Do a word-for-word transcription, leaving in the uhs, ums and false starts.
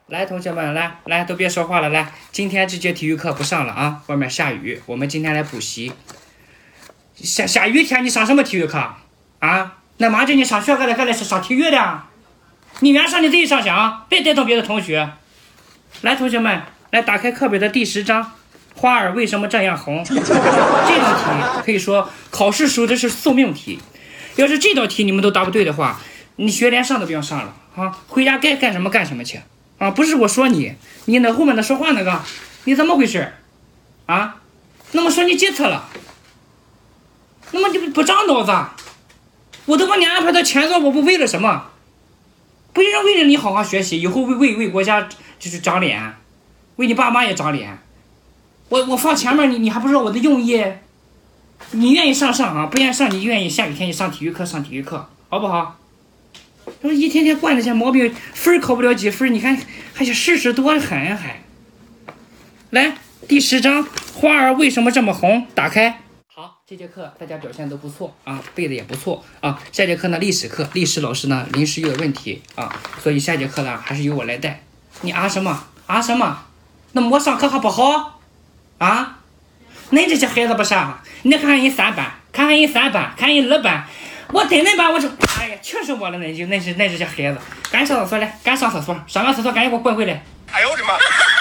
来，同学们，来来，都别说话了，来，今天这节体育课不上了啊，外面下雨，我们今天来补习。下下雨天你上什么体育课啊？那妈叫你上学，还得还得是上体育的，你愿上你自己上去啊，别带动别的同学。来，同学们，来打开课本的第十章，花儿为什么这样红？这道题可以说考试时候这是送命题，要是这道题你们都答不对的话，你学连上都不用上了啊，回家该干什么干什么去。啊，不是我说你，你那后面的说话那个，你怎么回事？啊，那么说你记错了，那么你不不长脑子？我都把你安排到前座，我不为了什么？不是为了你好好学习，以后为为为国家就是长脸，为你爸妈也长脸。我我放前面，你你还不知道我的用意？你愿意上上啊，不愿意上你愿意下雨天你上体育课上体育课，好不好？说一天天惯这些毛病，分考不了几分，你看还是事实多狠还。来，第十章，花儿为什么这么红？打开。好，这节课大家表现都不错啊，背的也不错啊。下节课呢，历史课，历史老师呢临时有问题啊，所以下节课呢还是由我来带。你啊什么啊什么？那么我上课还不好啊？恁这些孩子不是啊？你看看人三班，看看人三班，看人二班。我在那班，我说，哎呀，气死我了！那就那是那这些孩子，赶上厕所来，赶上厕所，上完厕所赶紧给我滚回来！哎呦我的妈！